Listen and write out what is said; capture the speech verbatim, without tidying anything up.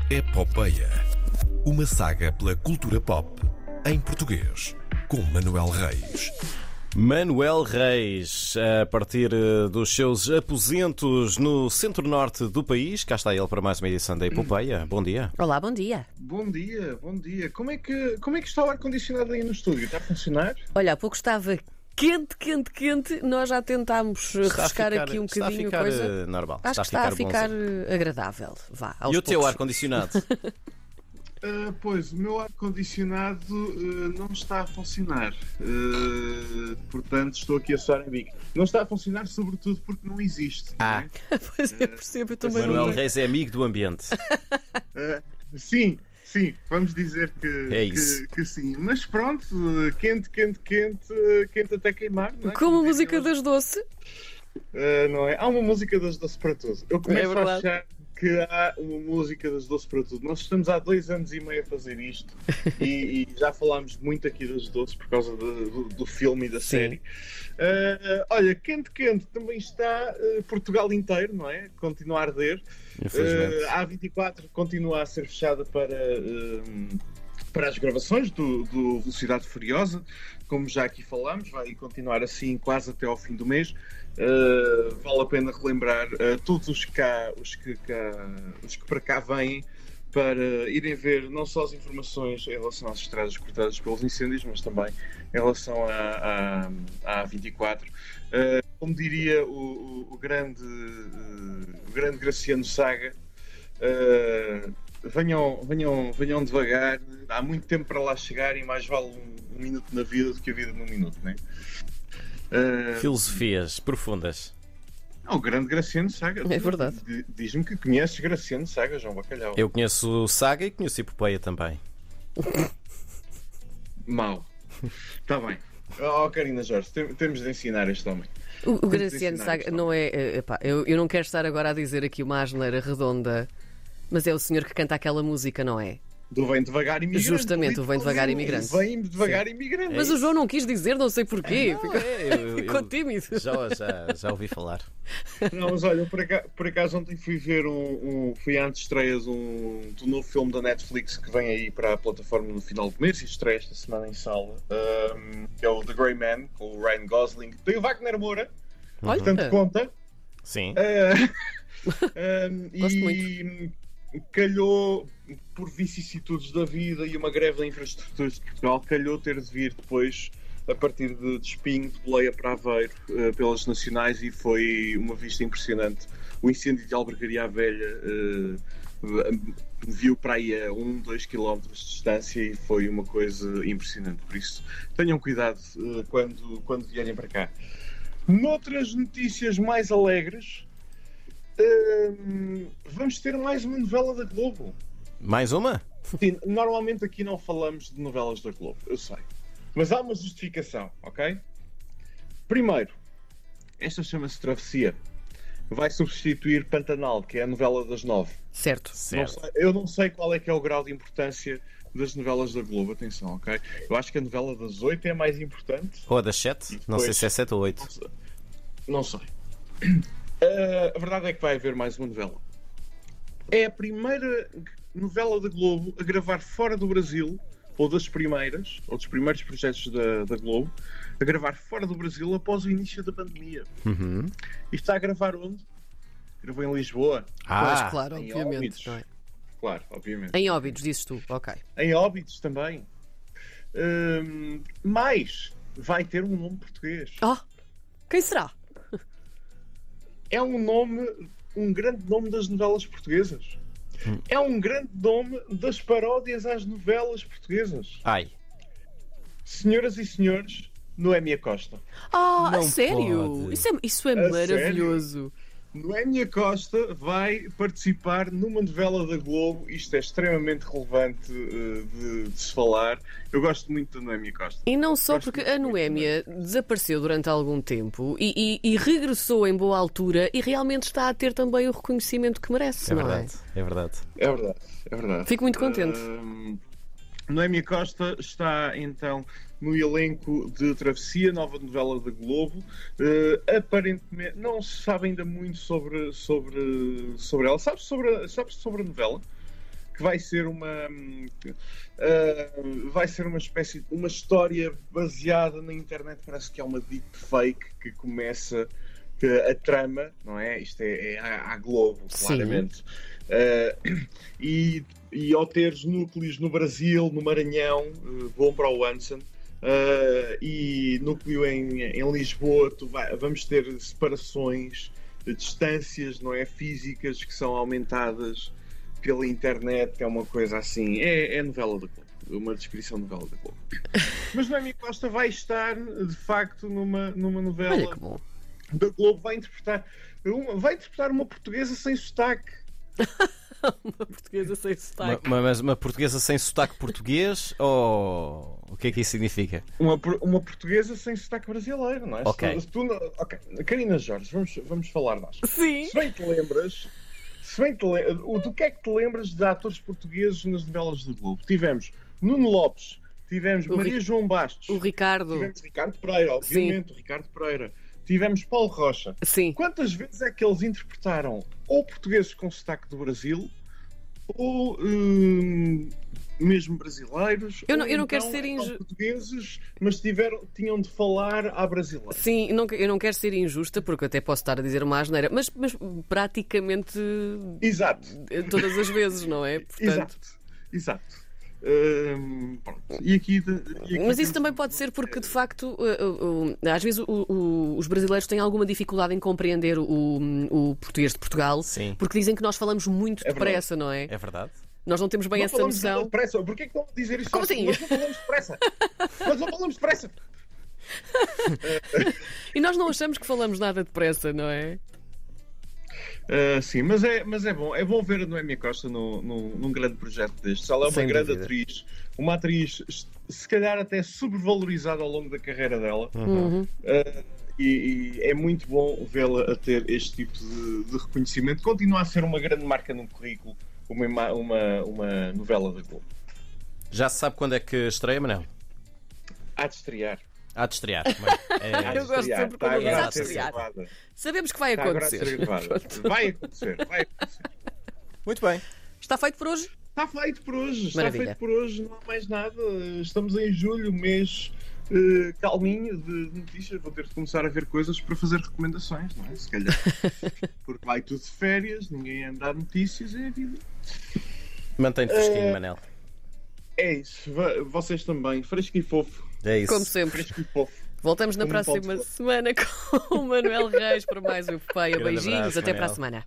Epopeia. Uma saga pela cultura pop em português, com Manuel Reis. Manuel Reis, a partir dos seus aposentos no centro-norte do país, cá está ele para mais uma edição da Epopeia. Bom dia. Olá, bom dia. Bom dia, bom dia. Como é que, como é que está o ar-condicionado aí no estúdio? Está a funcionar? Olha, há pouco estava quente, quente, quente. Nós já tentámos refrescar ficar, aqui um está bocadinho a ficar coisa. normal. Acho está que está a ficar, bonzinho. agradável. Vá, aos E o teu poucos. ar-condicionado? Uh, pois, o meu ar-condicionado uh, não está a funcionar. Uh, portanto, estou aqui a suar em bico. Não está a funcionar, sobretudo porque não existe. Ah. Não Pois eu percebo, eu também Manuel não. Reis é amigo do ambiente. é? Uh, sim, sim, vamos dizer que, É isso. que, que sim. Mas pronto, uh, quente, quente, quente, uh, quente até queimar. Não é? Como a Como música dizem das Doce. Uh, não é? Há uma música das Doce para tudo. Eu começo a verdade. achar que há uma música das Doce para tudo. Nós estamos há dois anos e meio a fazer isto e, e já falámos muito aqui das Doce por causa do, do, do filme e da Sim. série. Uh, olha, quente, quente também está uh, Portugal inteiro, não é? Continua a arder. Infelizmente. Uh, a A vinte e quatro continua a ser fechada para, uh, para as gravações do, do Velocidade Furiosa, como já aqui falámos, vai continuar assim quase até ao fim do mês. Uh, vale a pena relembrar uh, todos os que, cá, os, que cá, os que para cá vêm para irem ver não só as informações em relação às estradas cortadas pelos incêndios, mas também em relação à, à, à vinte e quatro. Uh, como diria o, o, o, grande, uh, o grande Graciano Saga, uh, venham, venham, venham devagar, há muito tempo para lá chegar e mais vale um, um minuto na vida do que a vida num minuto, não é? Uh, Filosofias profundas. o grande Graciano Saga. É verdade. D- Diz-me que conheces Graciano Saga, João Bacalhau. Eu conheço o Saga e conheço Epopeia também. Mau. Está bem. Oh, Karina Jorge, tem- temos de ensinar este homem. O, o Temos de Graciano ensinar Saga isto. não é. eh, epá, eu, eu não quero estar agora a dizer aqui uma asneira redonda, mas é o senhor que canta aquela música, não é? Do Vem Devagar Imigrante. Justamente, o Vem Devagar Imigrante. Imigrante. Vem Devagar Imigrante. Mas o João não quis dizer, não sei porquê. Não, Ficou, é, eu- eu- ficou tímido. Já, já, já ouvi falar. Não, mas olha, eu por acaso, por acaso ontem fui ver um, um fui à estreia de um, do novo filme da Netflix que vem aí para a plataforma no final do mês e estreia esta semana em sala, um, que é o The Grey Man, com o Ryan Gosling. Tem o Wagner Moura, Olha, portanto conta. Sim. Uh, um, Gosto e calhou, por vicissitudes da vida e uma greve da infraestruturas de Portugal, calhou ter de vir depois a partir de, de Espinho, de Boleia para Aveiro, uh, pelas nacionais, e foi uma vista impressionante. O incêndio de Albergaria à Velha uh, viu para aí a um, dois quilómetros de distância e foi uma coisa impressionante. Por isso, tenham cuidado uh, quando, quando vierem para cá. Noutras notícias mais alegres, hum, vamos ter mais uma novela da Globo. Mais uma? Sim, normalmente aqui não falamos de novelas da Globo, eu sei. Mas há uma justificação, ok? Primeiro, esta chama-se Travessia. Vai substituir Pantanal, que é a novela das nove. certo. Não Certo. sei- eu não sei qual é que é o grau de importância das novelas da Globo, atenção, ok? Eu acho que a novela das oito é a mais importante. Ou a das sete? Não sei depois- se é sete ou oito. Não sei. Uh, a verdade é que vai haver mais uma novela. É a primeira novela da Globo a gravar fora do Brasil, ou das primeiras, ou dos primeiros projetos da, da Globo, a gravar fora do Brasil após o início da pandemia. Uhum. E está a gravar onde? Gravou em Lisboa. Pois, Ah, claro, em obviamente. Óbidos. não é? Claro, obviamente. Em Óbidos, dizes tu. Ok. Em Óbidos também. Hum, mais, vai ter um nome português. Oh, quem será? É um nome, um grande nome das novelas portuguesas. É um grande nome das paródias às novelas portuguesas. ai. Senhoras e senhores, Noémia Costa. Ah, Não a sério? pode. Isso é, isso é A maravilhoso. Noémia Costa vai participar numa novela da Globo. Isto é extremamente relevante uh, de, de se falar. Eu gosto muito da Noémia Costa. E não só Gosto porque muito, a muito Noémia desapareceu durante algum tempo e, e- e regressou em boa altura e realmente está a ter também o reconhecimento que merece, É não verdade. É verdade. É verdade, é verdade. Fico muito contente. Hum, Noémia Costa está então no elenco de Travessia, nova novela da Globo. Uh, aparentemente não se sabe ainda muito sobre, sobre, sobre ela. Sabes sobre, a- sabes sobre a novela? que vai ser uma uh, vai ser uma espécie de uma história baseada na internet. Parece que é uma deepfake que começa que a trama, não é? Isto é, é à Globo, claramente. Uh, e, e ao teres núcleos no Brasil, no Maranhão, uh, bom para o Anson, uh, e núcleo em, em Lisboa, tu vai, vamos ter separações, distâncias, não é? Físicas que são aumentadas pela internet, é uma coisa assim. É, é novela da Globo. Uma descrição de novela da Globo. Mas Noémia Costa vai estar, de facto, numa, numa novela. Olha que bom. Da Globo, vai interpretar uma, vai interpretar uma portuguesa sem sotaque. Uma portuguesa sem sotaque. Uma, mas uma portuguesa sem sotaque português ou o que é que isso significa? Uma, uma portuguesa sem sotaque brasileiro, não é? Ok. Se tu, se tu, okay. Karina Jorge, vamos, vamos falar nós. Sim. Se bem te lembras, se bem te lembras, do que é que te lembras de atores portugueses nas novelas da Globo? Tivemos Nuno Lopes, tivemos o Maria Ri... João Bastos, o Ricardo, tivemos Ricardo Pereira, obviamente, Sim. o Ricardo Pereira. Tivemos Paulo Rocha. Sim. Quantas vezes é que eles interpretaram ou portugueses com sotaque do Brasil ou hum, mesmo brasileiros? Eu não, eu não então, quero ser injusta. Portugueses, mas tiveram, tinham de falar à brasileira. Sim, não, eu não quero ser injusta porque até posso estar a dizer uma asneira, mas, mas praticamente Exato. todas as vezes, não é? Portanto... Exato. Exato. Hum, e aqui, e aqui mas isso também pode ser porque de facto uh, uh, às vezes uh, uh, os brasileiros têm alguma dificuldade em compreender o, o português de Portugal. Sim. Porque dizem que nós falamos muito é depressa, não é? É verdade. Nós não temos bem não essa falamos noção. Depressa. Porquê é que estão a dizer isso? Como assim? Nós não falamos depressa. Nós não falamos depressa. E nós não achamos que falamos nada depressa, não é? Uh, sim, mas é, mas é bom. É bom ver a Noémia Costa no, no, num grande projeto destes. Ela é uma Sem grande dúvida. atriz, uma atriz se calhar até sobrevalorizada ao longo da carreira dela. Uhum. Uh, e, e é muito bom vê-la a ter este tipo de, de reconhecimento. Continua a ser uma grande marca no currículo, uma, uma, uma novela da Globo. Já se sabe quando é que estreia, Manel? Há de estrear. Há de estrear. Mas é... Há de Eu gosto estrear. sempre Está quando agora há a de ser estrear. gravada. Sabemos que vai Está agora a acontecer. ser gravada. Vai acontecer, vai acontecer. Muito bem. Está feito por hoje? Está feito por hoje, está Maravilha. feito por hoje, não há mais nada. Estamos em julho, mês uh, calminho de notícias. Vou ter de começar a ver coisas para fazer recomendações, não é? Se calhar. Porque vai tudo de férias, ninguém anda a dar notícias, é a vida. Mantém-te fresquinho, Uh, Manel. É isso, vocês também, fresco e fofo. É isso. Como sempre. Fresco e fofo. Voltamos na Como próxima pode- semana com o Manuel Reis para mais um Epopeia. Grande Beijinhos, abraço, até para a Manel. semana.